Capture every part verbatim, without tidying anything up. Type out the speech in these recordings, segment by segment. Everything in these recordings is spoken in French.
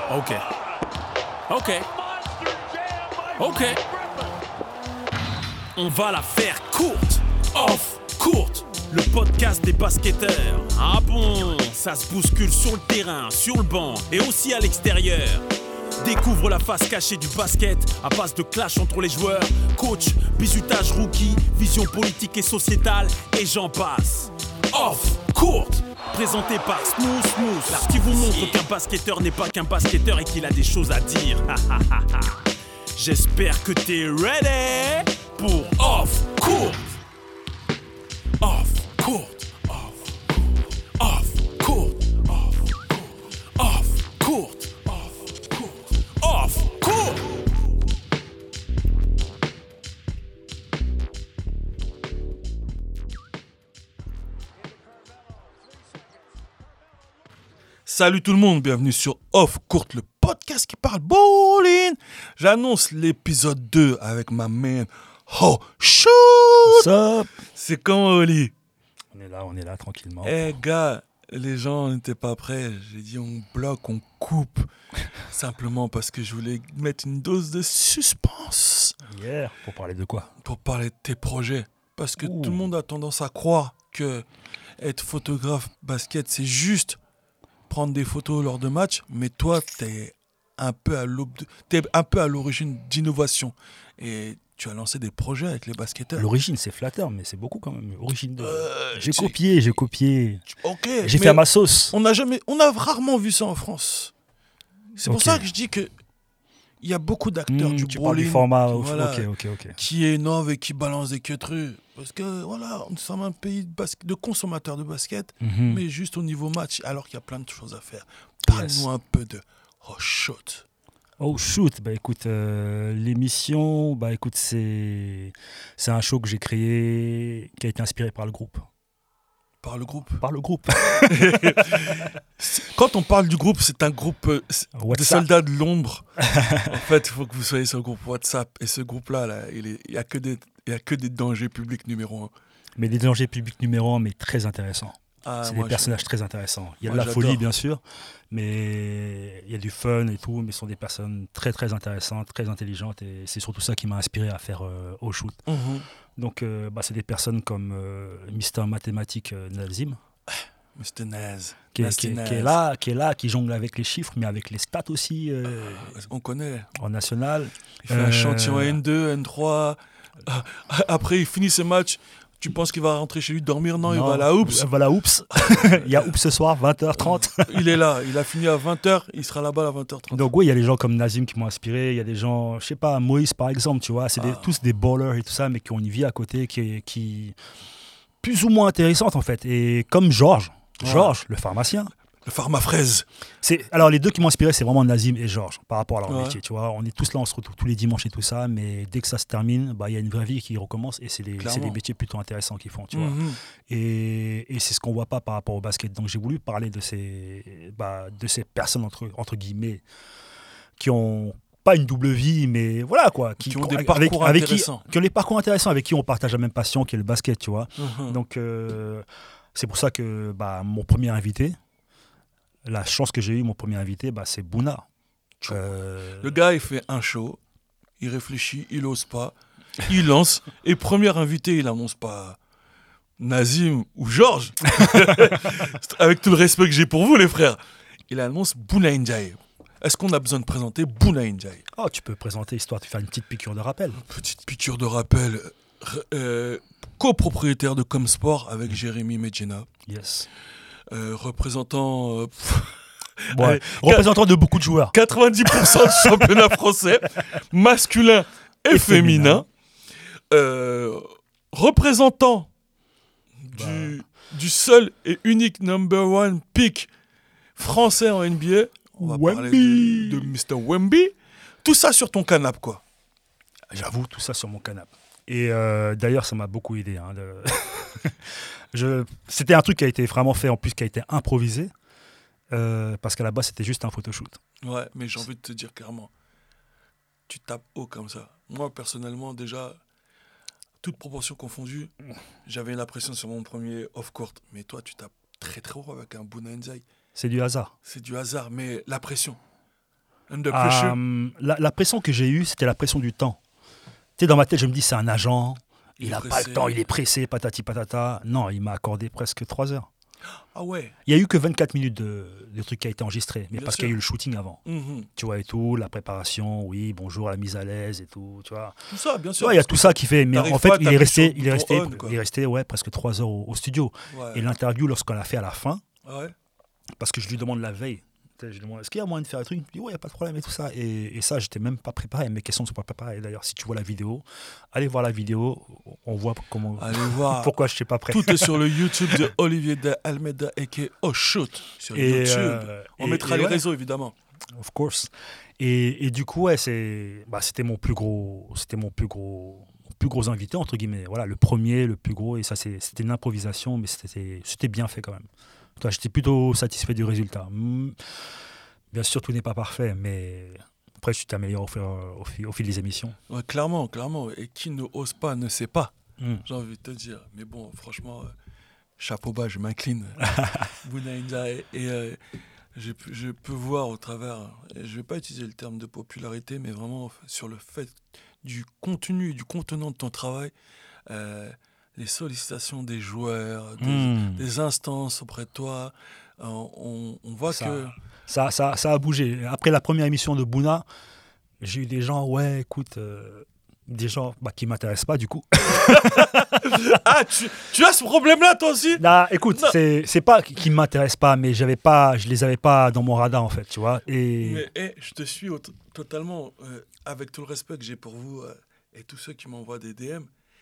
Ok. Ok. Ok. On va la faire courte. Off courte. Le podcast des basketteurs. Ah bon, ça se bouscule sur le terrain, sur le banc et aussi à l'extérieur. Découvre la face cachée du basket à base de clash entre les joueurs, coach, bizutage rookie, vision politique et sociétale et j'en passe. Off courte. Présenté par Smooth Smooth, là qui vous montre qu'un basketteur n'est pas qu'un basketteur et qu'il a des choses à dire. J'espère que t'es ready pour Off Court. Off Court. Off Court. Off Court. Off Court. Off Court. Salut tout le monde, bienvenue sur Off Court, le podcast qui parle bowling. J'annonce l'épisode deux avec ma man Oh Shoot. What's up? C'est comment Oli? On est là, on est là tranquillement. Eh hey, gars, les gens n'étaient pas prêts. J'ai dit on bloque, on coupe. Simplement parce que je voulais mettre une dose de suspense. Hier, pour parler de quoi? Pour parler de tes projets. Parce que Ouh. tout le monde a tendance à croire que être photographe basket, c'est juste prendre des photos lors de matchs, mais toi, t'es un peu à l'aube de... t'es un peu à l'origine d'innovation. Et tu as lancé des projets avec les basketteurs. L'origine, c'est flatteur, mais c'est beaucoup quand même. Origine de... Euh, j'ai tu- copié, j'ai copié. Ok. J'ai mais fait à ma sauce. On a jamais, on a rarement vu ça en France. C'est pour Ok. ça que je dis que il y a beaucoup d'acteurs Hmm, du tu parles du bowling, format. voilà, Ok, ok, ok. qui innovent et qui balancent des queues. Parce que voilà, nous sommes un pays de, basket, de consommateurs de basket, Mhm. mais juste au niveau match, alors qu'il y a plein de choses à faire. Parle-nous Yes. un peu de Oh Shoot. Oh shoot, bah écoute, euh, l'émission, bah écoute, c'est c'est un show que j'ai créé, qui a été inspiré par le groupe. Par le groupe. Par le groupe. Quand on parle du groupe, c'est un groupe euh, c'est des WhatsApp. soldats de l'ombre. En fait, il faut que vous soyez sur le groupe WhatsApp. Et ce groupe-là, là, il n'y a que des, il y a que des dangers publics numéro un. Mais des dangers publics numéro un, mais très intéressants. Ah, c'est moi, des je- personnages très intéressants. Il y a moi, de la j'adore. folie, bien sûr, mais il y a du fun et tout, mais ce sont des personnes très, très intéressantes, très intelligentes, et c'est surtout ça qui m'a inspiré à faire euh, Au Shoot. Mhm. Donc, euh, bah, c'est des personnes comme euh, Mister Mathématique euh, Nazim, mister Naz. qui est, Nasty qui, est, Naz. qui est là, qui est là, qui jongle avec les chiffres, mais avec les stats aussi euh, On connaît. en national. Il fait un Euh, chantier N deux, N trois. Ah, Après, il finit ses matchs. Tu penses qu'il va rentrer chez lui dormir? Non, il va à la Oups. Il va à la Oups. Il y a Oups ce soir, vingt heures trente. Il est là. Il a fini à vingt heures. Il sera là-bas à vingt heures trente. Donc oui, il y a des gens comme Nazim qui m'ont inspiré, il y a des gens, je sais pas, Moïse par exemple, tu vois, c'est des- Ah. tous des ballers et tout ça, mais qui ont une vie à côté qui est qui plus ou moins intéressante en fait. Et comme Georges, Ouais. Georges, le pharmacien. Le pharma-fraise. C'est alors les deux qui m'ont inspiré, c'est vraiment Nazim et Georges par rapport à leur Ouais. métier, tu vois. On est tous là, on se retrouve tous les dimanches et tout ça, mais dès que ça se termine, bah il y a une vraie vie qui recommence et c'est des, c'est Clairement. des métiers plutôt intéressants qu'ils font, tu vois. Mhm. Et, et c'est ce qu'on voit pas par rapport au basket. Donc j'ai voulu parler de ces, bah, de ces personnes entre, entre guillemets qui ont pas une double vie, mais voilà quoi, Qui ont des avec- parcours avec qui, intéressants. qui ont des parcours intéressants, avec qui on partage la même passion qui est le basket, tu vois. Mhm. Donc euh, c'est pour ça que bah, mon premier invité, la chance que j'ai eue, mon premier invité, bah, c'est Bouna. Euh, Le gars, il fait un show. Il réfléchit. Il ose pas. Il lance. Et premier invité, il annonce pas Nazim ou Georges. Avec tout le respect que j'ai pour vous, les frères. Il annonce Bouna Ndiaye. Est-ce qu'on a besoin de présenter Bouna Ndiaye? oh, tu peux présenter histoire de faire une petite piqûre de rappel. Petite piqûre de rappel. r- euh, copropriétaire de Comsport avec Jérémy Medjena. Yes. Euh, représentant euh, pff, Bon, Allez, représentant de beaucoup de joueurs. quatre-vingt-dix pour cent du championnat français, masculin et, Et féminin. féminin. Euh, représentant du, du seul et unique number one pick français en N B A. On va parler Wemby. de, de mister Wemby. Tout ça sur ton canapé, quoi. J'avoue, tout ça sur mon canapé. Et euh, d'ailleurs, ça m'a beaucoup aidé. Hein, de- Je... C'était un truc qui a été vraiment fait, en plus, qui a été improvisé. euh, parce qu'à la base, c'était juste un photoshoot. Ouais, mais j'ai envie de te dire clairement, tu tapes haut comme ça. Moi, personnellement, déjà, toute proportion confondue, j'avais l'impression sur mon premier off-court. Mais toi, tu tapes très très haut avec un Bouna Ndiaye. C'est du hasard. C'est du hasard, mais la pression. Under pressure. Euh, la, la pression que j'ai eue, c'était la pression du temps. Tu sais, dans ma tête, je me dis, c'est un agent, il Il est n'a pas pressé. le temps, il est pressé, patati patata. Non, il m'a accordé presque trois heures. Ah ouais. Il n'y a eu que vingt-quatre minutes de, de trucs qui a été enregistré, mais Bien parce sûr. qu'il y a eu le shooting avant. Mhm. Tu vois, et tout, la préparation, oui, bonjour, la mise à l'aise et tout, tu vois. Tout ça, bien Tu sûr. vois, il y a parce tout que ça qui fait, mais t'arrives en fait, pas, il est t'appuies resté, sur il le est resté, bouton on, quoi. il est resté, ouais, presque trois heures au, au studio. Ouais. Et l'interview, lorsqu'on l'a fait à la fin, Ah ouais. parce que je lui demande la veille, tu sais, je lui demande, est-ce qu'il y a moyen de faire un truc? Il me dit, ouais, il n'y a pas de problème et tout ça. Et, et ça, j'étais même pas préparé, mes questions ne sont pas préparées. D'ailleurs, si tu vois la vidéo, allez voir la vidéo, on voit comment, Allez voir. pourquoi je ne suis pas prêt. Tout est sur le YouTube de Olivier de Almeida a k a. Oh shoot. Sur Et, YouTube. euh, On et- mettra et les ouais. réseaux, évidemment. Of course. Et, et du coup, ouais, c'est, bah, c'était mon plus gros, c'était mon plus gros, mon plus gros invité entre guillemets. Voilà, le premier, le plus gros, et ça, c'est, c'était une improvisation, mais c'était, c'était bien fait quand même. Toi, j'étais plutôt satisfait du résultat. Mm. Bien sûr, tout n'est pas parfait, mais après, tu t'améliores au, fur- au, fil- au fil des émissions. Ouais, clairement, clairement. Et qui ne ose pas ne sait pas, Mm. j'ai envie de te dire. Mais bon, franchement, euh, chapeau bas, je m'incline. Bounaïda. Et, et, euh, je, je peux voir au travers, et je ne vais pas utiliser le terme de popularité, mais vraiment sur le fait du contenu, du contenant de ton travail, euh, les sollicitations des joueurs, des, Mm. des instances auprès de toi, euh, on, on voit Ça- que... Ça, ça, ça a bougé. Après la première émission de Bouna, j'ai eu des gens, ouais, écoute, euh, des gens bah, qui ne m'intéressent pas du coup. Ah, tu, tu as ce problème-là, toi aussi? Non, écoute, Non. c'est c'est pas qu'ils ne m'intéressent pas, mais j'avais pas, je les avais pas dans mon radar en fait, tu vois. Et Mais eh, je te suis au- totalement, euh, avec tout le respect que j'ai pour vous euh, et tous ceux qui m'envoient des D M.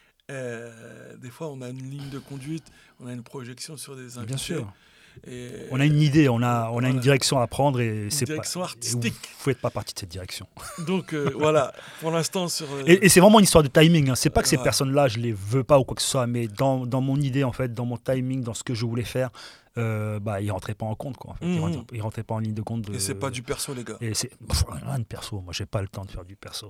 Euh, des fois, on a une ligne de conduite, on a une projection sur des invités. bien sûr, Et on a une idée, on a, on a une Voilà. direction à prendre et c'est pas. direction et artistique. Vous faites pas partie de cette direction. Donc euh, voilà, pour l'instant sur. euh, Et, et c'est vraiment une histoire de timing. Hein. C'est pas que ces Ouais. personnes-là, je les veux pas ou quoi que ce soit, mais dans, dans mon idée en fait, dans mon timing, dans ce que je voulais faire, euh, bah ils rentraient pas en compte quoi. En fait. Ils Mhm. rentraient, ils rentraient pas en ligne de compte. De, Et c'est pas du perso, les gars. Et c'est pff, rien de perso. Moi, j'ai pas le temps de faire du perso.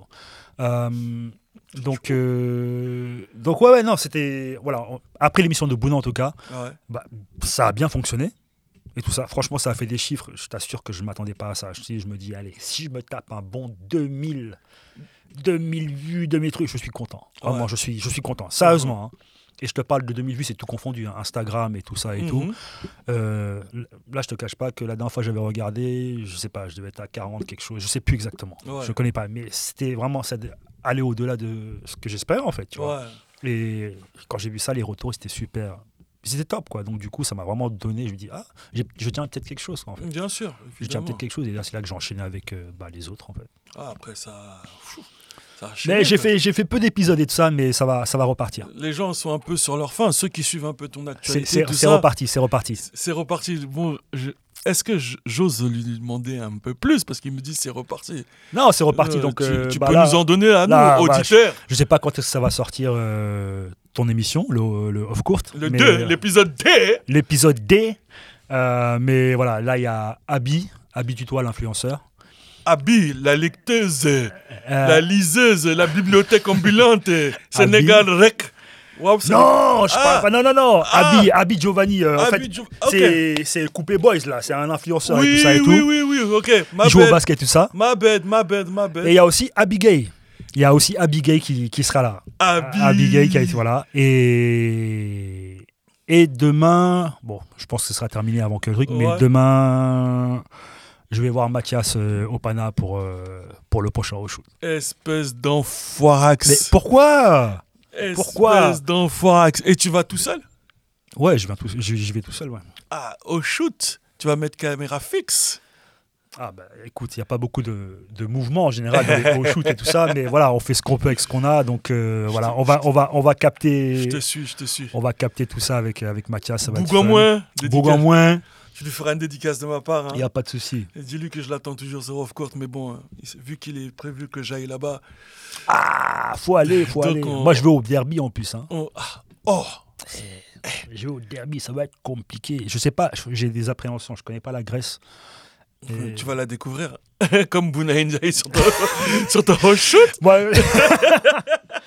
Euh, donc, euh, donc ouais, ouais, non, c'était voilà. on- Après l'émission de Bouna, en tout cas, Ouais. bah, ça a bien fonctionné. Et tout ça, franchement, ça a fait des chiffres. Je t'assure que je ne m'attendais pas à ça. Je, dis- je me dis, allez, si je me tape un bon deux mille, deux mille vues, deux mille trucs, je suis content. Vraiment, Ouais. je, suis, je suis content. Sérieusement. Hein. Et je te parle de deux mille vues, c'est tout confondu. Hein. Instagram et tout ça et Mhm. tout. Euh, là, je te cache pas que la dernière fois que j'avais regardé, je sais pas, je devais être à quarante quelque chose. Je sais plus exactement. Ouais. Je connais pas. Mais c'était vraiment ça de- aller au-delà de ce que j'espérais, en fait. Tu vois. Ouais. Et quand j'ai vu ça, les retours, c'était super. C'était top, quoi. Donc, du coup, ça m'a vraiment donné. Je me dis, ah, j'ai- je tiens peut-être quelque chose, quoi, en fait. Bien sûr. Je tiens Évidemment. peut-être quelque chose. Et là, c'est là que j'ai enchaîné avec euh, bah, les autres, en fait. Ah, après ça. Pfff, ça a enchaîné, Mais j'ai quoi. fait, j'ai fait peu d'épisodes et tout ça, mais ça va, ça va repartir. Les gens sont un peu sur leur fin, ceux qui suivent un peu ton C'est actualité. c'est- tout c'est ça, reparti, c'est reparti. C'est reparti. Bon, je- est-ce que je- j'ose lui demander un peu plus parce qu'il me dit c'est reparti. Non, c'est reparti. Euh, donc, tu, euh, tu bah, peux là, nous en donner à nous, là, bah, auditeurs. je sais pas quand est-ce que ça va sortir euh, ton émission, le, le Off Court. Le mais, deux, euh, l'épisode D. l'épisode D. Euh, mais voilà, là, il y a Abby, Abby Tutois, l'influenceur. Abi, la lecteuse, Euh, la liseuse, la bibliothèque ambulante, Sénégal Rec. Wow, c'est- non, je Ah. parle pas. Non, non, non. Ah. Abby, Abby Giovanni. euh, en Abi, fait, Jo- ok. c'est, c'est Coupé Boys, là. C'est un influenceur et Oui, tout ça et oui, tout. oui, oui, ok. Ma Il joue au bad, basket, tout ça. ma bad, ma bad, ma Et bad. il y a aussi Abigail. Il y a aussi Abigail qui, qui sera là. Abi. Abigail qui a été voilà. Et, et demain, bon, je pense que ce sera terminé avant que le truc, Ouais. mais demain, je vais voir Mathias euh, Opana pour, euh, pour le prochain shoot. Espèce d'enfoirax. Mais pourquoi Espèce pourquoi d'enfoirax. Et tu vas tout seul? Ouais, je, viens tout, je, je vais tout seul, ouais. Ah, au shoot, tu vas mettre caméra fixe. Ah bah écoute, il n'y a pas beaucoup de, de mouvements en général au, au shoot et tout ça, mais voilà, on fait ce qu'on peut avec ce qu'on a, donc euh, Je voilà, te- on va, on va, on va capter, Je te suis, je te suis. on va capter tout ça avec avec Mathias. Ça va être Boug en fun. moins. Boug en moins, Tu lui feras une dédicace de ma part. Hein. il n'y a pas de souci. Et dis-lui que je l'attends toujours sur Off Court, mais bon, hein, il- vu qu'il est prévu que j'aille là-bas. Ah, faut aller, faut Donc aller. on- Moi, je vais au derby en plus. Hein. on- ah, oh, Je vais au derby, ça va être compliqué. Je sais pas, j'ai des appréhensions. Je connais pas la Grèce. Et- tu vas la découvrir. Comme Bouna Ndiaye sur ton, sur ton shoot. Ouais.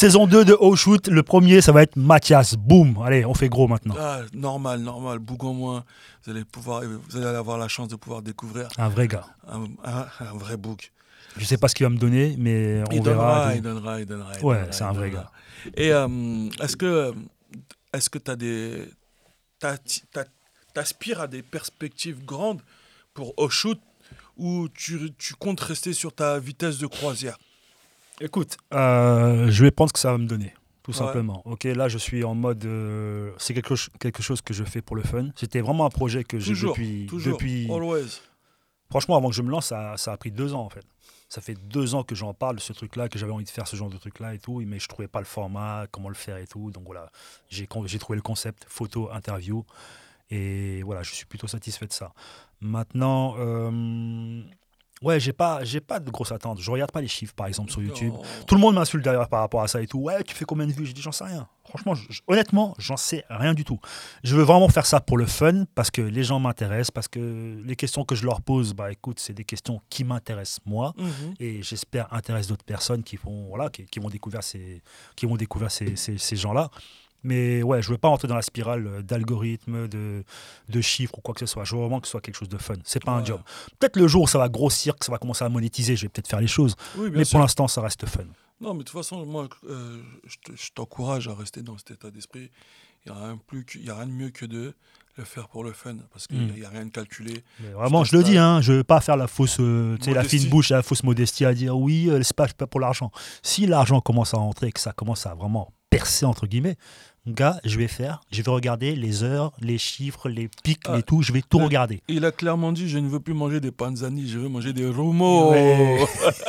Saison deux de Oh Shoot, le premier, ça va être Mathias. Boum. Allez, on fait gros maintenant. Ah, normal, normal. Bougon moins. Vous allez pouvoir, vous allez avoir la chance de pouvoir découvrir Un vrai gars. un, un, un vrai book. Je sais pas ce qu'il va me donner, mais on il verra. Donnera, il donnera, il donnera. Il ouais, donnera, c'est un vrai donnera. gars. Et euh, est-ce que, est-ce que t'as des, t'as, t'as, t'aspires à des perspectives grandes pour Oh Shoot, ou tu, tu comptes rester sur ta vitesse de croisière? Écoute, euh, je vais prendre ce que ça va me donner, tout Ouais. simplement. Ok, là, je suis en mode. Euh, c'est quelque, chose- quelque chose que je fais pour le fun. C'était vraiment un projet que j'ai Toujours, depuis. toujours, depuis always. Franchement, avant que je me lance, ça, ça a pris deux ans en fait. Ça fait deux ans que j'en parle de ce truc-là, que j'avais envie de faire ce genre de truc-là et tout, mais je trouvais pas le format, comment le faire et tout. Donc voilà, j'ai con- j'ai trouvé le concept, photo, interview, et voilà, je suis plutôt satisfait de ça. Maintenant, euh, ouais, j'ai pas, j'ai pas de grosses attentes. Je regarde pas les chiffres, par exemple, sur YouTube. Non. Tout le monde m'insulte d'ailleurs par rapport à ça et tout. Ouais, tu fais combien de vues? J'ai dit, j'en sais rien. Franchement, je- je- honnêtement, j'en sais rien du tout. Je veux vraiment faire ça pour le fun, parce que les gens m'intéressent, parce que les questions que je leur pose, bah écoute, c'est des questions qui m'intéressent moi, Mhm. et j'espère intéressent d'autres personnes qui vont, voilà, qui, qui vont découvrir ces, qui vont découvrir ces, ces, ces gens-là. Mais ouais, je veux pas rentrer dans la spirale d'algorithmes, de, de chiffres ou quoi que ce soit. Je veux vraiment que ce soit quelque chose de fun. C'est pas un Ouais. job. Peut-être le jour où ça va grossir, que ça va commencer à monétiser, je vais peut-être faire les choses. Oui, bien Mais sûr. pour l'instant, ça reste fun. Non, mais de toute façon, moi, euh, je te- je t'encourage à rester dans cet état d'esprit. Il n'y a, rien plus que- il y a rien de mieux que de le faire pour le fun, parce qu'il Mm. n'y a rien de calculé. Mais vraiment, te je le dis, stade. hein, je veux pas faire la fausse, euh, tu sais, la Modestie. fine bouche, la fausse modestie à dire oui, euh, c'est pas, c'est pas pour l'argent. Si l'argent commence à rentrer et que ça commence à vraiment percer, entre guillemets, gars, je vais faire, je vais regarder les heures, les chiffres, les pics, Ah, les tout, je vais tout le- regarder. Il a clairement dit, je ne veux plus manger des panzani, je veux manger des rumos. Ouais.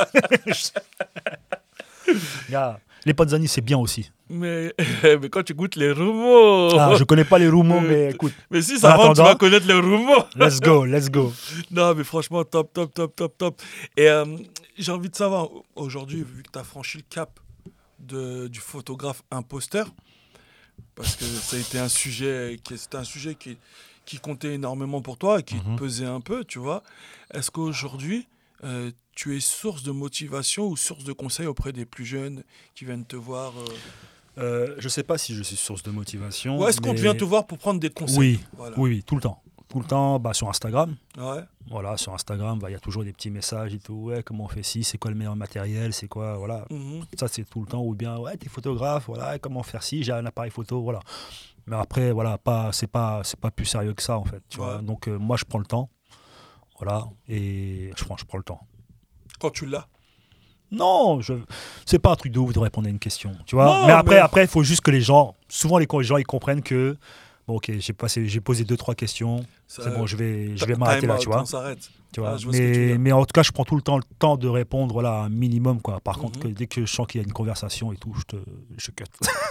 Gars, les panzani, c'est bien aussi. Mais, mais quand tu goûtes les rumos... Ah, je connais pas les rumos, Euh, mais écoute, Mais si ça en rentre, tu attendant- vas connaître les rumos. let's go, let's go. Non, mais franchement, top, top, top, top, top. Et euh, j'ai envie de savoir, aujourd'hui, vu que tu as franchi le cap de, du photographe imposteur, parce que ça a été un sujet qui, c'était un sujet qui, qui comptait énormément pour toi et qui Mhm. te pesait un peu, tu vois. Est-ce qu'aujourd'hui, euh, tu es source de motivation ou source de conseils auprès des plus jeunes qui viennent te voir euh, Euh, je sais pas si je suis source de motivation. Ou est-ce qu'on mais- vient te voir pour prendre des conseils? Oui, Voilà. oui, oui, tout le temps. Tout le temps, bah, sur Instagram. Ouais. Voilà, sur Instagram, bah, il y a toujours des petits messages et tout. Ouais, comment on fait ci? C'est quoi le meilleur matériel? C'est quoi? Voilà. Mhm. Ça, c'est tout le temps. Ou bien, ouais, t'es photographe. Voilà, comment faire ci? J'ai un appareil photo. Voilà. Mais après, voilà, pas, c'est pas, c'est pas plus sérieux que ça, en fait. Tu Ouais. vois. Donc, euh, moi, je prends le temps. Voilà. Et je prends, je prends le temps. Quand tu l'as. Non, je... c'est pas un truc de ouf de répondre à une question, tu vois. Non, mais après, mais- après, il faut juste que les gens, souvent les gens, ils comprennent que, bon, ok, j'ai passé, j'ai posé deux trois questions, Ça- c'est bon, je vais, je vais Time m'arrêter là, out, tu vois. On s'arrête. Tu vois. Ah, je vois ce que tu veux mais, dire. mais en tout cas, je prends tout le temps le temps de répondre, voilà, un minimum, quoi. Par contre, Mhm. que, dès que je sens qu'il y a une conversation et tout, je te, je cut.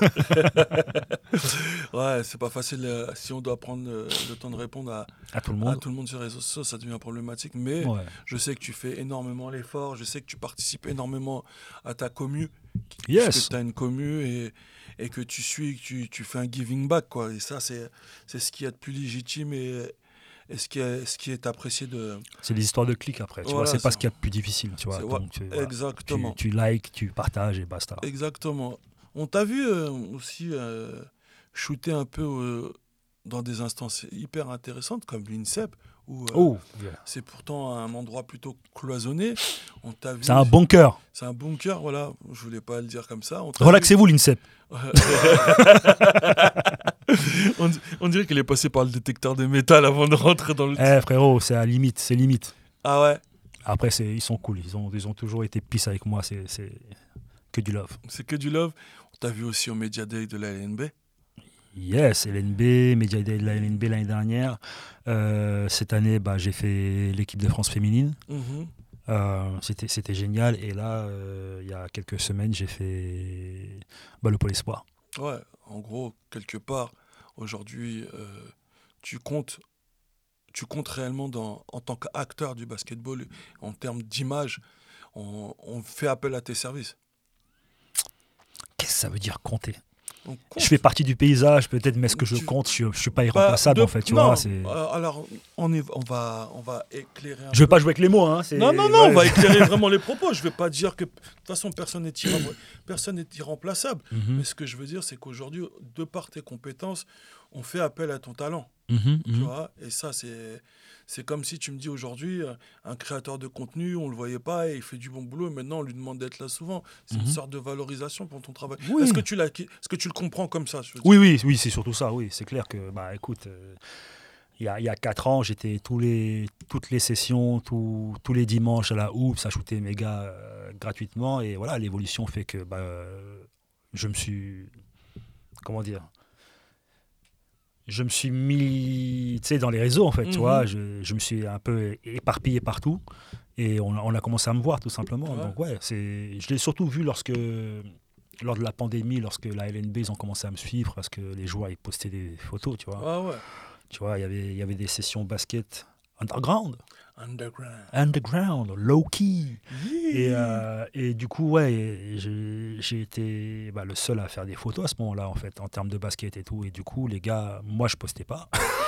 Ouais, c'est pas facile. euh, si on doit prendre euh, le temps de répondre à, À tout le à monde. tout le monde sur les réseaux sociaux, ça devient problématique. Mais Ouais. je sais que tu fais énormément l'effort. Je sais que tu participes énormément à ta commu. Yes. Tu as une commu et, et que tu suis, que tu, tu fais un giving back, quoi. Et ça, c'est c'est ce qui est de plus légitime et, et ce, qui est, ce qui est apprécié de. C'est des histoires de clics après, tu Voilà, vois. C'est pas c'est- ce qu'il y a de plus difficile, tu vois. c'est- ouais, Donc, tu, voilà. Exactement. tu, tu likes, tu partages et basta. Exactement. On t'a vu euh, aussi euh, shooter un peu euh, dans des instances hyper intéressantes comme l'INSEP, où euh, Oh, yeah. c'est pourtant un endroit plutôt cloisonné. On t'a vu. C'est un bunker. C'est un bunker, voilà. Je voulais pas le dire comme ça. On t'a vu- Relaxez-vous, l'INSEP. on, di- on dirait qu'il est passé par le détecteur de métal avant de rentrer dans le. Eh frérot, c'est à limite, c'est limite. Ah ouais, Après, c'est, ils sont cool, ils ont, ils ont toujours été peace avec moi, c'est, c'est que du love. c'est que du love. On t'a vu aussi au Media Day de la L N B. Yes, L N B, Media Day de la L N B l'année dernière. Euh, cette année, bah, j'ai fait l'équipe de France féminine. Mhm. Euh, c'était, c'était génial. Et là, euh, il y a quelques semaines, j'ai fait bah, le Pôle Espoir. Ouais, en gros, quelque part, aujourd'hui, euh, tu comptes, tu comptes réellement dans, en tant qu'acteur du basketball, en termes d'image, on, on fait appel à tes services. Qu'est-ce que ça veut dire compter? On je fais partie du paysage, peut-être, mais ce que je Tu- compte, je ne suis pas irremplaçable, Bah, de- en fait. Tu non, vois, c'est... euh, alors, on, est, on, va, on va éclairer un Je ne veux peu. pas jouer avec les mots. Hein, c'est... Non, non, non, ouais. on va éclairer vraiment les propos. Je ne vais pas dire que, de toute façon, personne n'est irrem- personne n'est irremplaçable. Mhm, Mais ce que je veux dire, c'est qu'aujourd'hui, de par tes compétences, on fait appel à ton talent. mhm, Tu mhm. vois, et ça, c'est, c'est comme si tu me dis aujourd'hui, euh, un créateur de contenu, on ne le voyait pas et il fait du bon boulot, et maintenant on lui demande d'être là souvent. C'est Mhm. une sorte de valorisation pour ton travail. Oui. Est-ce que tu l'as, est-ce que tu le comprends comme ça, je veux dire? Oui, oui, oui, c'est surtout ça. Oui, c'est clair que, bah, écoute, euh, il y a, il y a quatre ans, j'étais tous les, toutes les sessions, tous, tous les dimanches à la Hoops, à shooter mes gars euh, gratuitement. Et voilà, l'évolution fait que bah, euh, je me suis, comment dire, je me suis mis, tu sais, dans les réseaux en fait, tu Mhm. vois. Je, je me suis un peu éparpillé partout et on, a- on a commencé à me voir tout simplement. Ouais. Donc ouais, c'est, je l'ai surtout vu lorsque, lors de la pandémie, lorsque la L N B ils ont commencé à me suivre parce que les joueurs ils postaient des photos, tu vois. Ah ouais, Tu vois, il y avait, il y avait des sessions basket underground, underground. underground, low key. Et, Yeah. euh, et du coup, ouais, et j'ai j'ai été bah, le seul à faire des photos à ce moment-là, en fait, en termes de basket et tout. Et du coup, les gars, moi, je postais pas.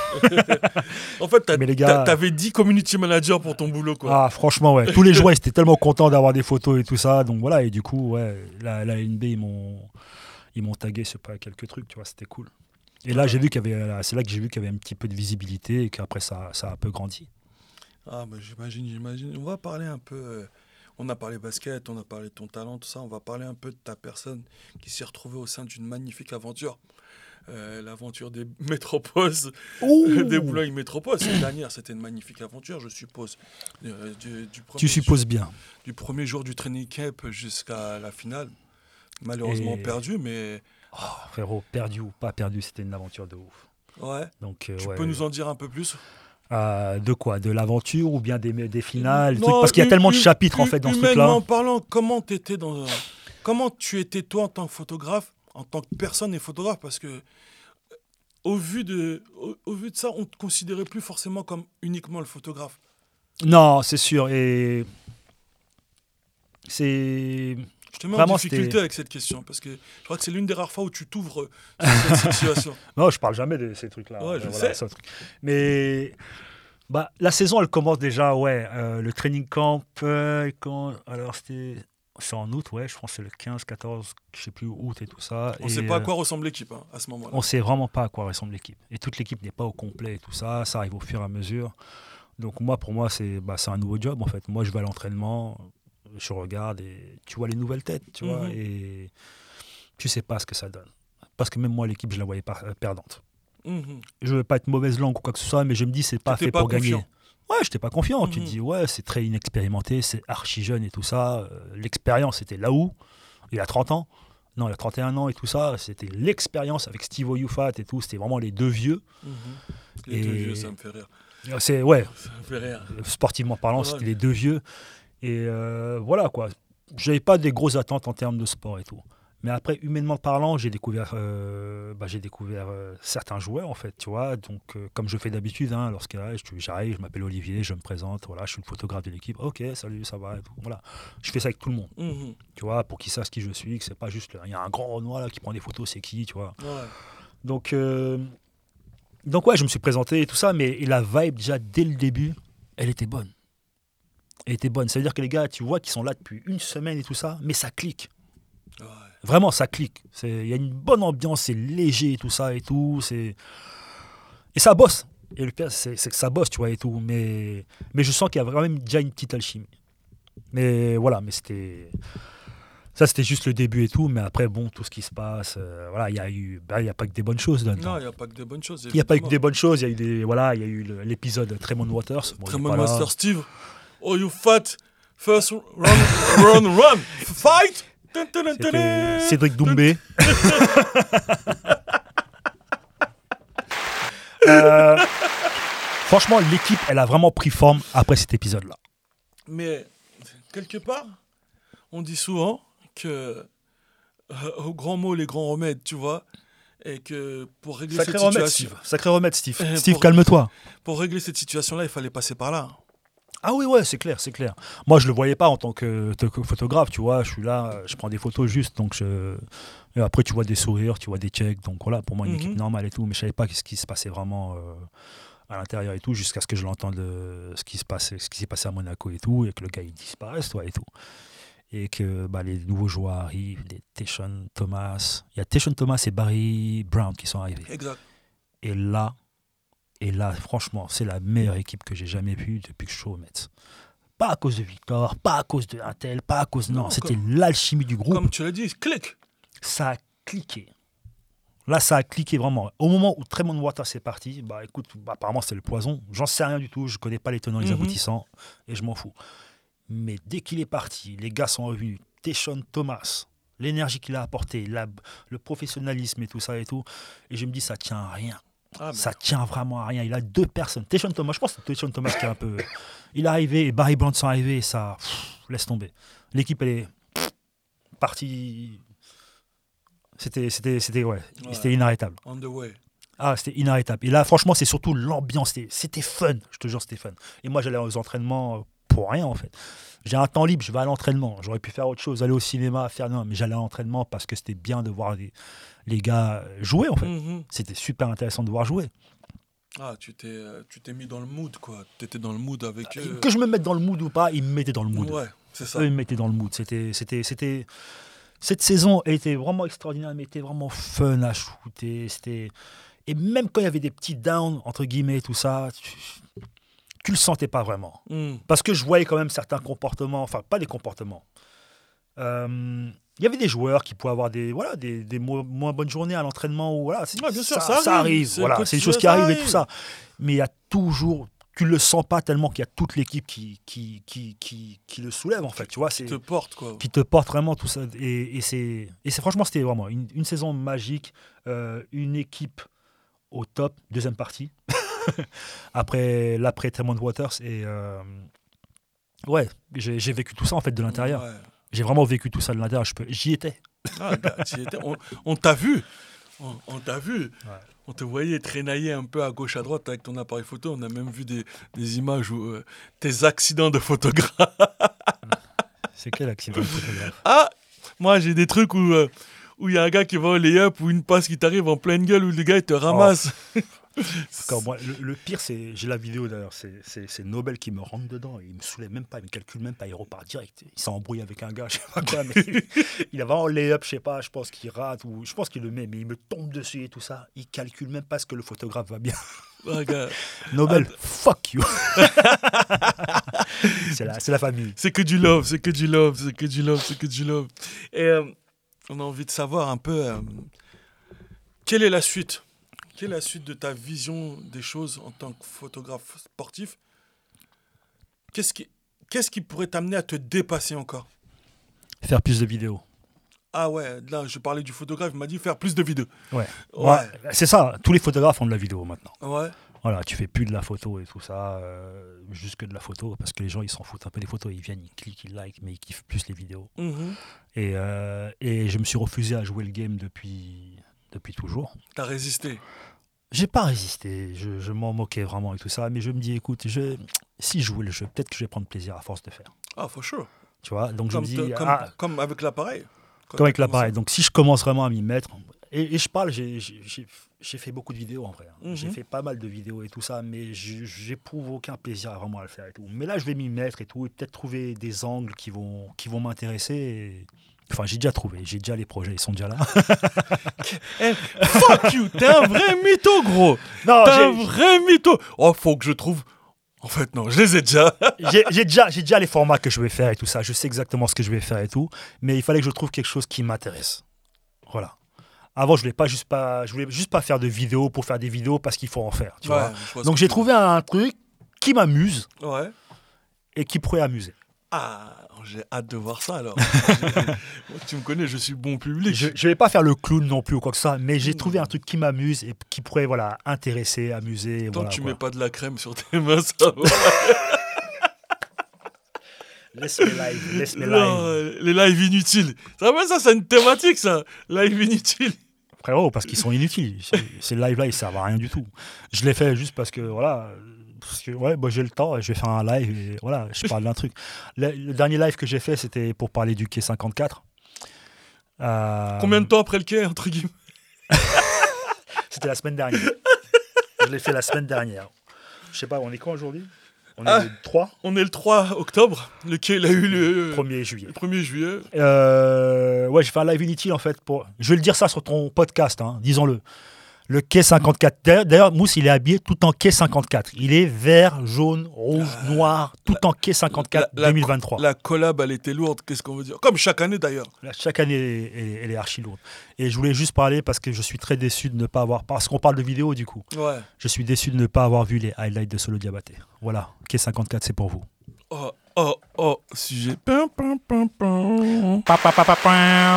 En fait, t'as- Mais les t'as- gars- t'avais dix community managers pour ton boulot, quoi. Ah, franchement, ouais. Tous les joueurs, ils étaient tellement contents d'avoir des photos et tout ça. Donc voilà, et du coup, ouais, la, la N B, ils m'ont ils m'ont tagué sur pas quelques trucs, tu vois, c'était cool. Et là, j'ai vu qu'il y avait, c'est là que j'ai vu qu'il y avait un petit peu de visibilité et qu'après, ça, ça a un peu grandi. Ah, bah, j'imagine, j'imagine. On va parler un peu. euh, on a parlé basket, on a parlé de ton talent, tout ça. On va parler un peu de ta personne qui s'est retrouvée au sein d'une magnifique aventure. Euh, L'aventure des métropoles, des Boulogne Métropole. Cette dernière, c'était une magnifique aventure, je suppose. Euh, du, du premier Tu supposes bien. jour- du premier jour du training camp jusqu'à la finale. Malheureusement Et- perdu, mais Oh, frérot, perdu ou pas perdu, c'était une aventure de ouf. ouais. Donc, euh, Tu ouais. peux nous en dire un peu plus? Euh, de quoi? De l'aventure ou bien des, des finales des Non, trucs Parce qu'il y a hu- tellement de hu- chapitres en hu- fait dans ce humainement truc-là. parlant, comment t'étais dans un- comment tu étais toi en tant que photographe, en tant que personne et photographe, parce que euh, au vu de au, au vu de ça, on te considérait plus forcément comme uniquement le photographe. Non, c'est sûr. Et c'est. Je te mets Vraiment, en difficulté c'était- avec cette question parce que je crois que c'est l'une des rares fois où tu t'ouvres euh, sur cette situation. Non, je parle jamais de ces trucs-là. Ouais, Euh, je voilà, sais. c'est un truc. Mais bah, la saison, elle commence déjà, ouais. euh, le training camp, euh, quand... alors c'était. C'est en août, ouais, je pense que c'est le quinze, quatorze, je sais plus, août et tout ça. On et, sait pas à euh, quoi ressemble l'équipe hein, à ce moment-là. On sait vraiment pas à quoi ressemble l'équipe. Et toute l'équipe n'est pas au complet et tout ça. Ça arrive au fur et à mesure. Donc moi, pour moi, c'est bah, c'est un nouveau job en fait. Moi, je vais à l'entraînement, je regarde et tu vois les nouvelles têtes, tu vois, Mhm. et tu sais pas ce que ça donne. Parce que même moi, l'équipe, je la voyais pas euh, perdante. Mhm. Je veux pas être mauvaise langue ou quoi que ce soit, mais je me dis c'est pas T'étais fait pas pour confiant. gagner. Ouais, j'étais pas confiant. Tu te Mhm. dis ouais, c'est très inexpérimenté, c'est archi jeune et tout ça. Euh, L'expérience, c'était là où il a trente ans. Non, il a trente et un ans et tout ça. C'était l'expérience avec Steve Oyufat et tout. C'était vraiment les deux vieux. Mhm. Les Et- deux vieux, ça me fait rire. C'est ouais, Ça me fait rire. sportivement parlant, Ouais. c'était les deux vieux. Et euh, voilà quoi. J'avais pas des grosses attentes en termes de sport et tout. Mais après, humainement parlant, j'ai découvert, euh, bah, j'ai découvert euh, certains joueurs en fait, tu vois. Donc, euh, comme je fais d'habitude, hein, lorsque euh, je- j'arrive, je m'appelle Olivier, je me présente, voilà, je suis le photographe de l'équipe. Ok, salut, ça va et tout. Voilà, je fais ça avec tout le monde, Mhm. tu vois, pour qu'ils sachent qui je suis, que c'est pas juste, il y a un grand Renoir là qui prend des photos, c'est qui, tu vois. Ouais. Donc, euh, donc ouais, je me suis présenté et tout ça, mais et la vibe déjà dès le début, elle était bonne. Elle était bonne. Ça veut dire que les gars, tu vois, qu'ils sont là depuis une semaine et tout ça, mais ça clique. Ouais. Vraiment, ça clique. C'est- Il y a une bonne ambiance, c'est léger et tout ça et tout. c'est- Et ça bosse. Et le pire, c'est c'est que ça bosse, tu vois, et tout. Mais, mais je sens qu'il y a vraiment déjà une petite alchimie. Mais voilà, mais c'était... Ça, c'était juste le début et tout. Mais après, bon, tout ce qui se passe, euh, voilà, il y a eu... bah, il n'y a pas que des bonnes choses là-dedans. Non, il n'y a pas que des bonnes choses. Il n'y a pas eu que évidemment. des bonnes choses. Il y a eu, des, voilà, il y a eu le- l'épisode Tremont Waters. Bon, il est Tremont pas là. Master Steve. Oh, you fat. First run, run, run. Fight. Dun, dun, dun, C'était dun. Cédric Doumbé. Euh, franchement, l'équipe, elle a vraiment pris forme après cet épisode-là. Mais quelque part, on dit souvent que euh, au grand mot, les grands remèdes, tu vois, et que pour régler Sacré cette remède, situation, Steve. Sacré remède, Steve. Euh, Steve, pour- calme-toi. pour régler cette situation-là, il fallait passer par là. Ah oui, ouais, c'est clair, c'est clair. Moi, je le voyais pas en tant que, que photographe, tu vois. Je suis là, je prends des photos juste, donc je... Et après, tu vois des sourires, tu vois des checks. Donc voilà, pour moi, une Mhm. équipe normale et tout. Mais je savais pas ce qui se passait vraiment euh, à l'intérieur et tout, jusqu'à ce que je l'entende, euh, ce qui se passait, ce qui s'est passé à Monaco et tout, et que le gars, il disparaisse, toi, et tout. Et que bah, les nouveaux joueurs arrivent, les Tayshaun Thomas. Il y a Tayshaun Thomas et Barry Brown qui sont arrivés. Exact. Et là, et là, franchement, c'est la meilleure équipe que j'ai jamais vue depuis que je suis au Mets. Pas à cause de Victor, pas à cause de Intel, pas à cause... Non, Non, c'était comme- l'alchimie du groupe. Comme tu l'as dit, clic. Ça a cliqué. Là, ça a cliqué vraiment. Au moment où Tremont Waters est parti, bah écoute, bah, apparemment c'est le poison. J'en sais rien du tout, je connais pas les tenants et les Mhm. aboutissants, et je m'en fous. Mais dès qu'il est parti, les gars sont revenus. Tayshaun Thomas, l'énergie qu'il a apportée, la- le professionnalisme et tout ça et tout. Et je me dis, ça tient à rien. Ah, mais- Ça tient vraiment à rien. Il a deux personnes. Tayshaun Thomas, je pense que c'est Tayshaun Thomas qui est un peu... Il est arrivé, et Barry Brown sont arrivés, et ça... pff, laisse tomber. L'équipe, elle est pff, partie... C'était, c'était, c'était, ouais, Ouais. c'était inarrêtable. On the way. Ah, c'était inarrêtable. Et là, franchement, c'est surtout l'ambiance. C'était, c'était fun. Je te jure, c'était fun. Et moi, j'allais aux entraînements euh, pour rien, en fait. J'ai un temps libre, je vais à l'entraînement. J'aurais pu faire autre chose, aller au cinéma, faire... Non, mais j'allais à l'entraînement parce que c'était bien de voir les, les gars jouer, en fait. Mhm. C'était super intéressant de voir jouer. Ah, tu t'es, euh, tu t'es mis dans le mood, quoi. Tu étais dans le mood avec eux. Que je me mette dans le mood ou pas, ils me mettaient dans le mood. Ouais, c'est ça. Eux, ils me mettaient dans le mood. C'était, c'était, c'était... Cette saison était vraiment extraordinaire, mais était vraiment fun à shooter. C'était... Et même quand il y avait des petits downs, entre guillemets, tout ça, tu, tu le sentais pas vraiment. Mm. Parce que je voyais quand même certains comportements, enfin, pas des comportements. Euh, Il y avait des joueurs qui pouvaient avoir des, voilà, des, des mo- moins bonnes journées à l'entraînement. Ou, voilà, c'est- Ouais, bien sûr, ça, ça arrive. arrive. C'est Voilà, le c'est des quotidien, choses qui ça arrivent et arrive. tout ça. Mais il y a toujours... Tu le sens pas tellement qu'il y a toute l'équipe qui, qui, qui, qui, qui le soulève, en fait. Tu vois, c'est... Qui te porte, quoi. qui te porte vraiment tout ça. Et, et c'est, et c'est franchement, c'était vraiment une, une saison magique, euh, une équipe au top, deuxième partie, après l'après Tremont Waters. Et euh, ouais, j'ai, j'ai vécu tout ça en fait de l'intérieur. Ouais. J'ai vraiment vécu tout ça de l'intérieur. Je peux, j'y étais. Ah, gars, tu y étais. On, on t'a vu. On, on t'a vu. Ouais. On te voyait traînailler un peu à gauche, à droite avec ton appareil photo. On a même vu des, des images où euh, tes accidents de photographe. C'est quel accident de photographe? Ah, moi j'ai des trucs où euh, où il y a un gars qui va au lay-up ou une passe qui t'arrive en pleine gueule où le gars il te ramasse. Quand moi, le, le pire, c'est, j'ai la vidéo d'ailleurs, c'est, c'est, c'est Nobel qui me rentre dedans, il me soulève même pas, il me calcule même pas, il repart direct. Il s'embrouille avec un gars, je sais pas quoi, mais il a vraiment lay-up, je sais pas, je pense qu'il rate, ou je pense qu'il le met, mais il me tombe dessus et tout ça, il calcule même pas ce que le photographe va bien. Ah, gars, Nobel, fuck you. c'est, la, c'est la famille. c'est que du love, c'est que du love, c'est que du love, c'est que du love. Et euh, on a envie de savoir un peu euh, quelle est la suite. Quelle est la suite de ta vision des choses en tant que photographe sportif? Qu'est-ce qui, qu'est-ce qui pourrait t'amener à te dépasser encore? Faire plus de vidéos. Ah ouais, là je parlais du photographe, il m'a dit faire plus de vidéos. Ouais. Ouais. Ouais, c'est ça, tous les photographes font de la vidéo maintenant. Ouais. Voilà, tu fais plus de la photo et tout ça, euh, juste que de la photo, parce que les gens ils s'en foutent un peu des photos, ils viennent, ils cliquent, ils like, mais ils kiffent plus les vidéos. Mhm. Et, euh, et je me suis refusé à jouer le game depuis, depuis toujours. T'as résisté. J'ai pas résisté, je, je m'en moquais vraiment et tout ça, mais je me dis, écoute, je, si je jouais le jeu, peut-être que je vais prendre plaisir à force de faire. Ah, for sure. Tu vois, donc Comme, je me dis, te- comme, ah, comme avec l'appareil. Quand comme avec t'as l'appareil. commencé. Donc si je commence vraiment à m'y mettre, et, et je parle, j'ai, j'ai, j'ai- j'ai fait beaucoup de vidéos en vrai. hein. Mhm. J'ai fait pas mal de vidéos et tout ça, mais je- j'éprouve aucun plaisir à vraiment à le faire et tout. Mais là, je vais m'y mettre et tout, et peut-être trouver des angles qui vont, qui vont m'intéresser. et- Enfin, j'ai déjà trouvé, j'ai déjà les projets, ils sont déjà là. Eh, fuck you, t'es un vrai mytho, gros. non, T'es un j'ai, vrai mytho. Oh, faut que je trouve. En fait, non, je les ai déjà. j'ai, j'ai déjà, j'ai déjà les formats que je vais faire et tout ça. Je sais exactement ce que je vais faire et tout, mais il fallait que je trouve quelque chose qui m'intéresse. Voilà. Avant, je voulais pas juste pas, je voulais juste pas faire de vidéos pour faire des vidéos parce qu'il faut en faire. Tu vois. je vois ce Donc que j'ai tu trouvé un truc qui m'amuse veux. Ouais. et qui pourrait amuser. Ah, j'ai hâte de voir ça alors. Moi, tu me connais, je suis bon public. Je ne vais pas faire le clown non plus ou quoi que ça, mais j'ai Mmh. trouvé un truc qui m'amuse et qui pourrait voilà, intéresser, amuser. Tant Voilà, que tu quoi. mets pas de la crème sur tes mains, ça va. Laisse mes lives, laisse mes Non, lives. les lives inutiles. Ça va, ça, c'est une thématique, ça. Live inutile. Frérot, parce qu'ils sont inutiles. C'est- Ces lives-là, ils servent à rien du tout. Je l'ai fait juste parce que, voilà, parce que, ouais, bah, j'ai le temps et je vais faire un live et voilà, je parle d'un truc. Le, le dernier live que j'ai fait, c'était pour parler du quai cinquante-quatre. Euh, Combien de temps après le quai, entre guillemets? C'était la semaine dernière. Je l'ai fait la semaine dernière. Je sais pas, on est quand aujourd'hui? On est Ah. le trois, On est le trois octobre. Le quai, il a eu le premier juillet. le premier juillet. Euh, ouais, j'ai fait un live inutile en fait. Pour... Je vais le dire ça sur ton podcast, hein, disons-le. Le quai cinquante-quatre. D'ailleurs- D'ailleurs, Mousse, il est habillé tout en quai cinquante-quatre. Il est vert, jaune, rouge, noir, tout en quai cinquante-quatre La- la- deux mille vingt-trois. La collab, elle était lourde. Qu'est-ce qu'on veut dire? Comme chaque année d'ailleurs. Là, chaque année, elle, elle- elle est archi lourde. Et je voulais juste parler parce que je suis très déçu de ne pas avoir. Parce qu'on parle de vidéo du coup. Ouais. Je suis déçu de ne pas avoir vu les highlights de Solo Diabaté. Voilà, quai cinquante-quatre, c'est pour vous. Oh, oh, oh, sujet. Pam, pam, pam, pam. Pa, pa, pa, pa, pa.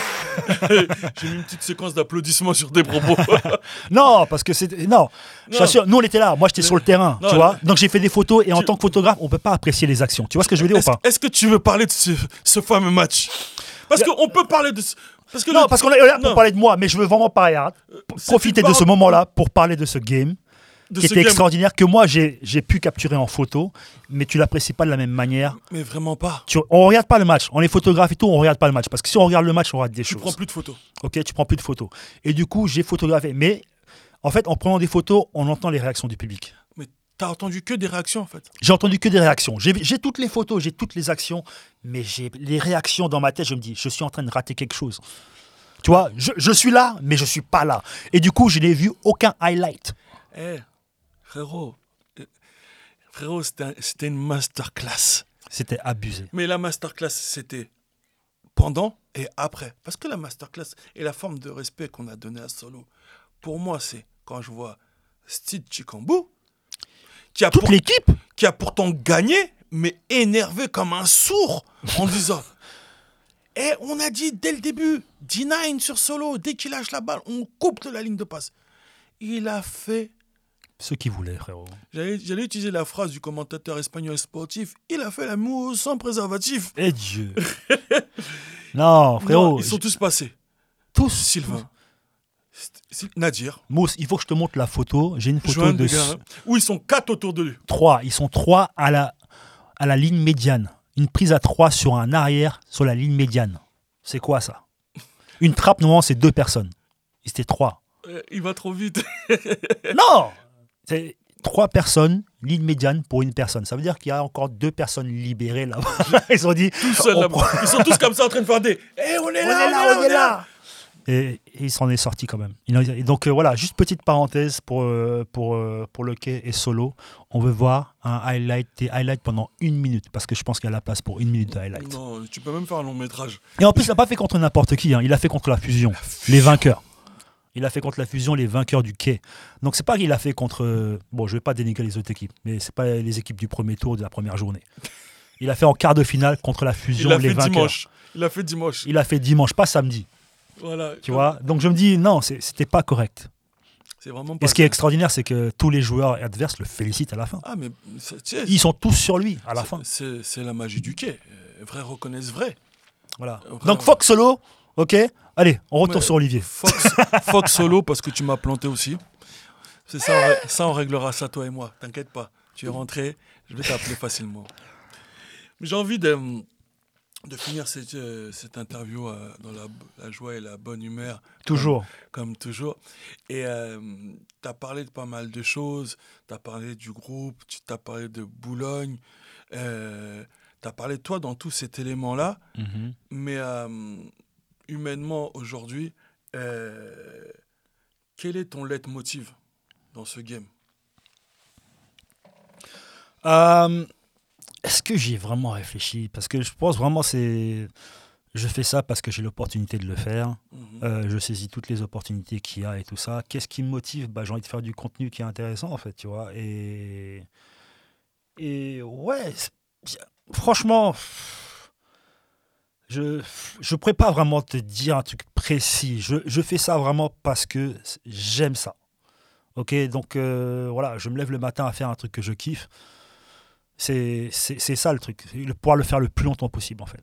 J'ai mis une petite séquence d'applaudissements sur tes propos. Non, parce que c'est. Non, je Non. t'assure, nous on était là. Moi j'étais Mais- sur le terrain, non, tu vois. Donc j'ai fait des photos et en Tu- tant que photographe, on peut pas apprécier les actions. Tu vois ce que je veux dire ou Est-ce pas? est-ce que tu veux parler de ce, ce fameux match? Parce Y a- qu'on peut parler de ce... Parce que Non, le- parce qu'on est là pour non. parler de moi, mais je veux vraiment parler, hein, c'est profiter une de ce parole- moment-là pour parler de ce game de qui ce était game. extraordinaire, que moi j'ai j'ai pu capturer en photo, mais tu l'apprécies pas de la même manière. Mais vraiment pas. Tu, on regarde pas le match, on est photographe et tout, on regarde pas le match, parce que si on regarde le match, on rate des Tu choses. prends plus de photos. Ok, tu prends plus de photos. Et du coup, j'ai photographié, mais en fait, en prenant des photos, on entend les réactions du public. T'as entendu que des réactions en fait. J'ai entendu que des réactions. J'ai j'ai toutes les photos, j'ai toutes les actions, mais j'ai les réactions dans ma tête. Je me dis, je suis en train de rater quelque chose. Tu vois, je, je suis là, mais je suis pas là. Et du coup, je n'ai vu aucun highlight. Eh, frérot. euh, Frérot, c'était un- c'était une masterclass. C'était abusé. Mais la masterclass, c'était pendant et après. Parce que la masterclass et la forme de respect qu'on a donné à Solo, pour moi, c'est quand je vois Steve Chikambu, qui a, Toute pour- l'équipe. qui a pourtant gagné, mais énervé comme un sourd, en disant Eh, on a dit dès le début, D neuf sur Solo, dès qu'il lâche la balle, on coupe de la ligne de passe. Il a fait. Ceux qui voulaient, frérot. J'allais j'allais utiliser la phrase du commentateur espagnol sportif il a fait l'amour sans préservatif. Eh Dieu. Non, frérot. Non, ils sont tous passés. tous. Sylvain, St- Nadir, Mousse, il faut que je te montre la photo. J'ai une photo Joanne de de Garin, où ils sont quatre autour de lui. trois. Ils sont trois à la, à la ligne médiane. Une prise à trois sur un arrière sur la ligne médiane. C'est quoi ça? Une trappe, normalement, c'est deux personnes. Ils étaient trois. Euh, il va trop vite. Non! C'est trois personnes, ligne médiane pour une personne. Ça veut dire qu'il y a encore deux personnes libérées là. Ils ont dit. Tout seul on là-bas. prend- Ils sont tous comme ça en train de faire des Eh, on est On là, est là, on est là! Et, et il s'en est sorti quand même. Il en- et donc euh, voilà, juste petite parenthèse pour, euh, pour, euh, pour le quai et Solo. On veut voir un highlight, des highlights pendant une minute, parce que je pense qu'il y a la place pour une minute de highlight. Non, tu peux même faire un long métrage. Et en plus, il n'a pas fait contre n'importe qui, hein. Il a fait contre la fusion, les vainqueurs. Il a fait contre la fusion les vainqueurs du quai. Donc c'est pas qu'il a fait contre... euh, Bon, je vais pas dénigrer les autres équipes, mais c'est pas les équipes du premier tour de la première journée. Il a fait en quart de finale contre la Il fusion l'a les fait vainqueurs. dimanche. Il l'a fait dimanche. Il a fait dimanche, pas samedi. Voilà. Tu vois. Donc je me dis, non, c'est- c'était pas correct. C'est vraiment pas. Et ce qui est bien. extraordinaire, c'est que tous les joueurs adverses le félicitent à la fin. Ah, mais c'est- tu sais, Ils sont tous sur lui à la c'est- fin. C'est c'est la magie du quai. Euh, Vrai reconnaissent vrai. Voilà. Vraiment. Donc Fox Solo, ok. Allez, on retourne Mais- sur Olivier. Fox, Fox Solo parce que tu m'as planté aussi. C'est ça, on, ré- ça, on réglera ça toi et moi. T'inquiète pas. Tu es rentré, je vais t'appeler facilement. Mais j'ai envie de, de finir cette, euh, cette interview euh, dans la, la joie et la bonne humeur. Toujours. Comme, comme toujours. Et tu as parlé de pas mal de choses. Tu as parlé du groupe, tu as parlé de Boulogne. Euh, tu as parlé de toi dans tout cet élément-là. Mhm. Mais euh, humainement, aujourd'hui, euh, quel est ton leitmotiv dans ce game? Euh, Est-ce que j'y ai vraiment réfléchi? Parce que je pense vraiment c'est... Je fais ça parce que j'ai l'opportunité de le faire. Mhm. Euh, je saisis toutes les opportunités qu'il y a et tout ça. Qu'est-ce qui me motive? Bah, j'ai envie de faire du contenu qui est intéressant, en fait, tu vois. Et, et ouais, c'est bien. Franchement, je ne pourrais pas vraiment te dire un truc précis. Je, je fais ça vraiment parce que j'aime ça. Ok, donc euh, voilà, je me lève le matin à faire un truc que je kiffe. C'est, c'est, c'est ça le truc, le, pouvoir le faire le plus longtemps possible, en fait.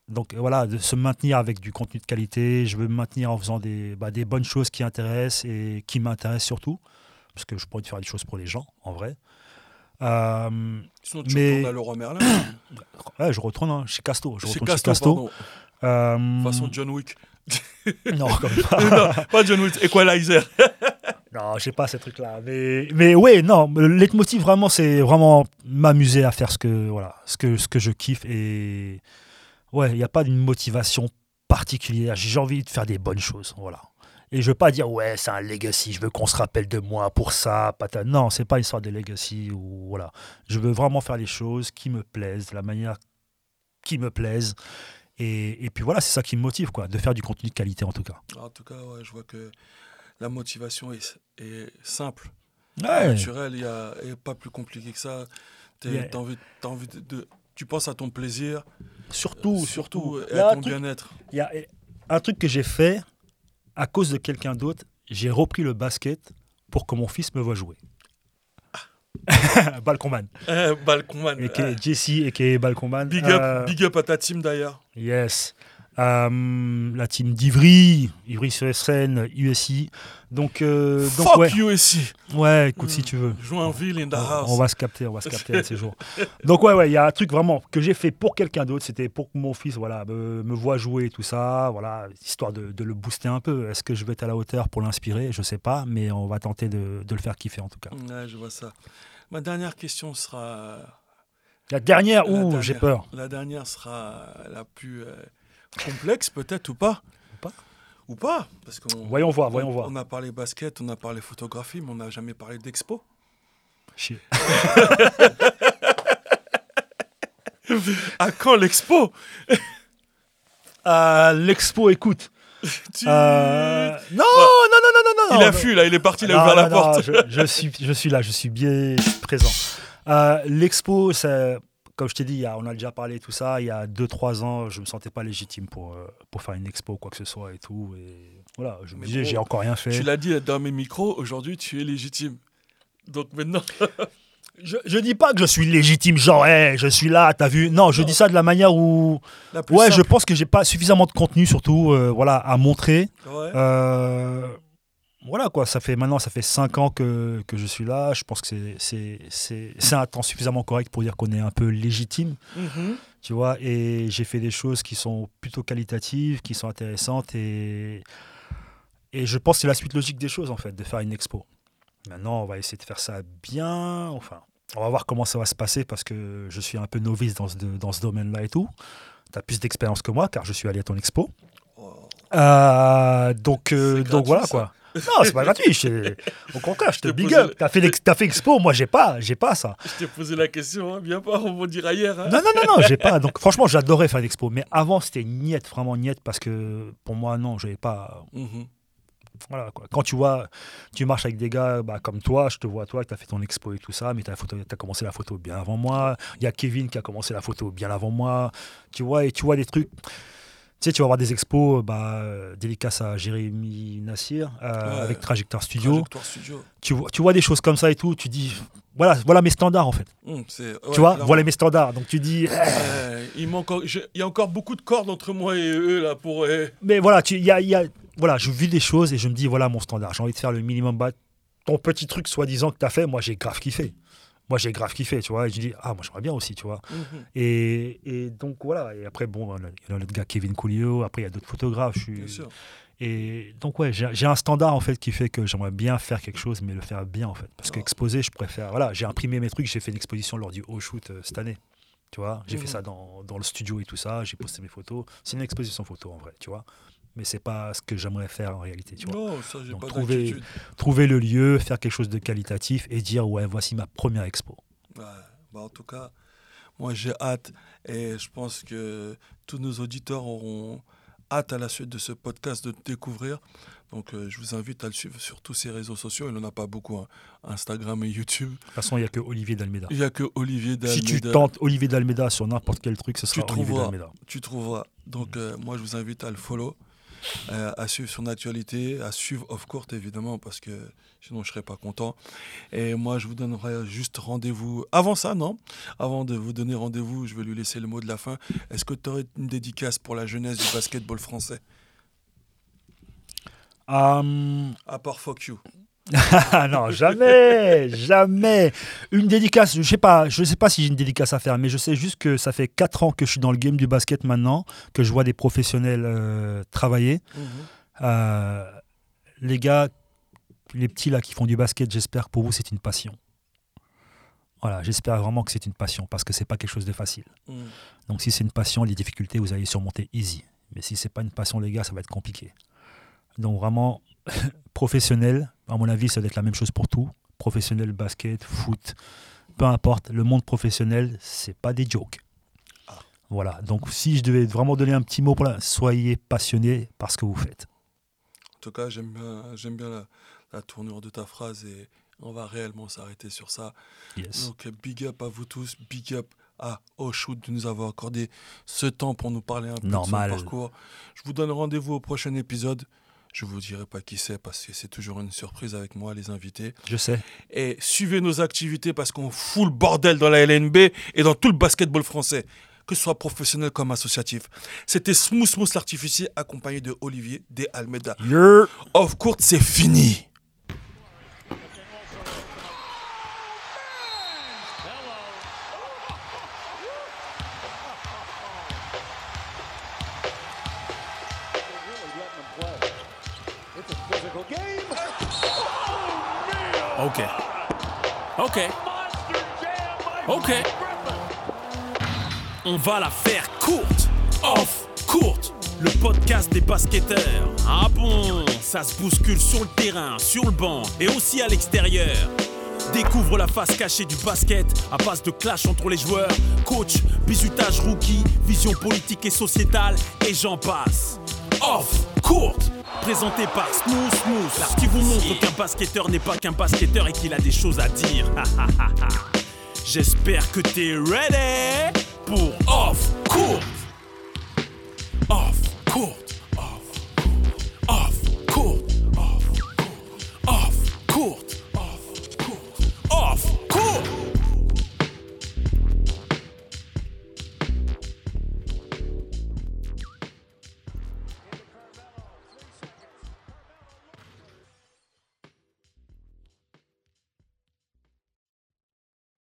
Donc voilà, de se maintenir avec du contenu de qualité. Je veux me maintenir en faisant des, bah, des bonnes choses qui intéressent et qui m'intéressent surtout. Parce que je pourrais faire des choses pour les gens, en vrai. Euh, Sinon, tu mais- retournes à Leroy Merlin. ouais, je retourne hein, chez Casto. Je Chez retourne Casto, chez Casto. pardon. Euh, Façon John Wick. Non, comme pas. non, pas John Wick, Equalizer. Non, j'ai pas ces trucs-là. Mais, mais ouais, non, le leitmotiv vraiment, c'est vraiment m'amuser à faire ce que, voilà, ce que, ce que je kiffe. Et ouais, il n'y a pas d'une motivation particulière. J'ai envie de faire des bonnes choses, voilà. Et je veux pas dire, ouais, c'est un legacy, je veux qu'on se rappelle de moi pour ça, patate. Non, c'est pas une histoire de legacy. Ou, voilà. Je veux vraiment faire les choses qui me plaisent, de la manière qui me plaise. Et, et puis voilà, c'est ça qui me motive, quoi, de faire du contenu de qualité en tout cas. En tout cas, ouais, je vois que la motivation est, est simple, Ouais. naturelle, il n'y a, il y a pas plus compliqué que ça. T'es- Yeah. t'as envie, t'as envie de, de- tu penses à ton plaisir, Surtout, surtout, surtout. et Il y a à un ton truc- bien-être. Il y a un truc que j'ai fait à cause de quelqu'un d'autre. J'ai repris le basket pour que mon fils me voie jouer. Balconman. Eh, Balconman. Et qui eh, est Jesse et qui est Balconman. big, up, Euh, big up à ta team d'ailleurs. Yes. Euh, la team d'Ivry, Ivry-sur-Seine, U S I. Donc, euh, donc Fuck ouais. you ici. Ouais, écoute, si tu veux. Joinville in the house. On va se capter, on va se capter à ces jours. Donc ouais, ouais, il y a un truc vraiment que j'ai fait pour quelqu'un d'autre. C'était pour que mon fils, voilà, me, me voit jouer et tout ça, voilà, histoire de, de le booster un peu. Est-ce que je vais être à la hauteur pour l'inspirer? Je sais pas, mais on va tenter de, de le faire kiffer en tout cas. Ouais, je vois ça. Ma dernière question sera. La dernière, la ouh, dernière- j'ai peur. La dernière sera la plus euh, complexe, peut-être, ou pas Ou pas Ou pas Parce qu'on, Voyons voir, on- voyons voir. On a parlé basket, on a parlé photographie, mais on n'a jamais parlé d'expo. Chier. À quand l'expo Euh, L'expo, écoute. Tu- Euh, Non, non, non, non, non, non. Il a non. fui, là, il est parti, il a Non, ouvert la non, non, porte. je, je suis, je suis là, je suis bien présent. Euh, L'expo, c'est- comme je t'ai dit, il y a- on a déjà parlé de tout ça. Il y a deux trois ans, je ne me sentais pas légitime pour, euh, pour faire une expo ou quoi que ce soit et tout. Et voilà, je me Mais disais, bro, j'ai encore rien fait. Tu l'as dit dans mes micros, aujourd'hui, tu es légitime. Donc maintenant, Je, je dis pas que je suis légitime, genre, hey, je suis là, t'as vu. Non, je Non. dis ça de la manière où. la plus Ouais, je simple. pense que j'ai pas suffisamment de contenu, surtout, euh, voilà, à montrer. Ouais. Euh, voilà quoi, ça fait maintenant ça fait cinq ans que, que je suis là. Je pense que c'est, c'est, c'est, c'est un temps suffisamment correct pour dire qu'on est un peu légitime, Mhm. tu vois. Et j'ai fait des choses qui sont plutôt qualitatives, qui sont intéressantes et, et je pense que c'est la suite logique des choses en fait, de faire une expo. Maintenant, on va essayer de faire ça bien. Enfin, on va voir comment ça va se passer parce que je suis un peu novice dans ce, dans ce domaine-là et tout. Tu as plus d'expérience que moi car je suis allé à ton expo. Oh. Euh, donc, euh, C'est donc gratuit, voilà ça. quoi. Non, c'est pas gratuit. je- Au contraire, je te Je t'ai big posé up. le- T'as fait, l'ex- t'as fait expo, moi j'ai pas, j'ai pas ça. Je t'ai posé la question, hein. Viens pas rebondir ailleurs. Hein. Non, non, non, non, j'ai pas. Donc franchement, j'adorais faire l'expo. Mais avant, c'était niette, vraiment niette, parce que pour moi, non, j'avais pas. Mhm. Voilà quoi. Quand tu vois, tu marches avec des gars bah, comme toi, je te vois toi, que tu as fait ton expo et tout ça, mais tu as commencé la photo bien avant moi. Il y a Kevin qui a commencé la photo bien avant moi. Tu vois, et tu vois des trucs. Tu sais, tu vas avoir des expos, bah, euh, dédicaces à Jérémy Nassir, euh, Ouais. avec Trajectoire Studio. Trajectoire Studio. Tu vois, tu vois des choses comme ça et tout, tu dis, voilà, voilà mes standards en fait. Hum, c'est- ouais, tu vois, clairement. voilà mes standards. Donc tu dis, Euh, il, manque encore- je- il y a encore beaucoup de cordes entre moi et eux là pour. euh, mais voilà, tu, y a, y a, voilà, je vis des choses et je me dis, voilà mon standard. J'ai envie de faire le minimum bas. Ton petit truc soi-disant que tu as fait, moi j'ai grave kiffé. Moi j'ai grave kiffé, tu vois. Et je dis, ah, moi j'aimerais bien aussi, tu vois. mhm. Et, et donc voilà. Et après, bon, il y a le gars Kevin Coulio, après il y a d'autres photographes. Je suis... Bien sûr. Et donc ouais, j'ai j'ai un standard en fait qui fait que j'aimerais bien faire quelque chose, mais le faire bien en fait. Parce Oh. qu'exposer, je préfère. Voilà, j'ai imprimé mes trucs, j'ai fait une exposition lors du Haut Shoot euh, cette année. Tu vois, j'ai Mhm. fait ça dans, dans le studio et tout ça, j'ai posté mes photos. C'est une exposition photo en vrai, tu vois. Mais c'est pas ce que j'aimerais faire en réalité, tu vois. Non, ça j'ai Donc, pas trouver- d'inquiétude. Trouver le lieu, faire quelque chose de qualitatif et dire ouais, voici ma première expo. Ouais, bah en tout cas, moi j'ai hâte et je pense que tous nos auditeurs auront hâte à la suite de ce podcast de te découvrir. Donc euh, je vous invite à le suivre sur tous ses réseaux sociaux. Il n'en a pas beaucoup, hein. Instagram et YouTube. De toute façon, il n'y a que Olivier Dalméda. Il n'y a que Olivier Si Dalméda. tu tentes Olivier Dalméda sur n'importe quel truc, ce Tu sera Olivier trouveras. Dalméda. Tu trouveras. Donc euh, moi je vous invite à le follow. euh, à suivre son actualité, à suivre Off-Court évidemment, parce que sinon je ne serais pas content. Et moi, je vous donnerai juste rendez-vous. Avant ça, non Avant de vous donner rendez-vous, je vais lui laisser le mot de la fin. Est-ce que tu aurais une dédicace pour la jeunesse du basketball français? Um... À part fuck you. Non, jamais, jamais. Une dédicace, je sais pas, je sais pas si j'ai une dédicace à faire, mais je sais juste que ça fait quatre ans que je suis dans le game du basket maintenant, que je vois des professionnels euh, travailler. Mmh. Euh, les gars, les petits là qui font du basket, j'espère que pour vous c'est une passion. Voilà, j'espère vraiment que c'est une passion parce que c'est pas quelque chose de facile. Mmh. Donc si c'est une passion, les difficultés vous allez surmonter easy. Mais si c'est pas une passion, les gars, ça va être compliqué. Donc vraiment professionnel, à mon avis, ça doit être la même chose pour tout. Professionnel, basket, foot, peu importe. Le monde professionnel, c'est pas des jokes. Ah. Voilà. Donc, si je devais vraiment donner un petit mot pour la, soyez passionnés par ce que vous faites. En tout cas, j'aime bien, j'aime bien la, la tournure de ta phrase et on va réellement s'arrêter sur ça. Yes. Donc, big up à vous tous, big up à Oshoot de nous avoir accordé ce temps pour nous parler un peu Normal. de son parcours. Je vous donne rendez-vous au prochain épisode. Je ne vous dirai pas qui c'est parce que c'est toujours une surprise avec moi, les invités. Je sais. Et suivez nos activités parce qu'on fout le bordel dans la L N B et dans tout le basketball français, que ce soit professionnel comme associatif. C'était Smooth Smooth l'artificier accompagné de Olivier de Almeida. Yeah. Off-Court, c'est fini. Ok. Ok. Ok. On va la faire courte. Off courte. Le podcast des basketteurs. Ah bon, ça se bouscule sur le terrain, sur le banc et aussi à l'extérieur. Découvre la face cachée du basket à base de clash entre les joueurs, coach, bizutage rookie, vision politique et sociétale et j'en passe. Off courte. Présenté par Smooth Smooth, là qui vous montre qu'un basketteur n'est pas qu'un basketteur et qu'il a des choses à dire. J'espère que t'es ready pour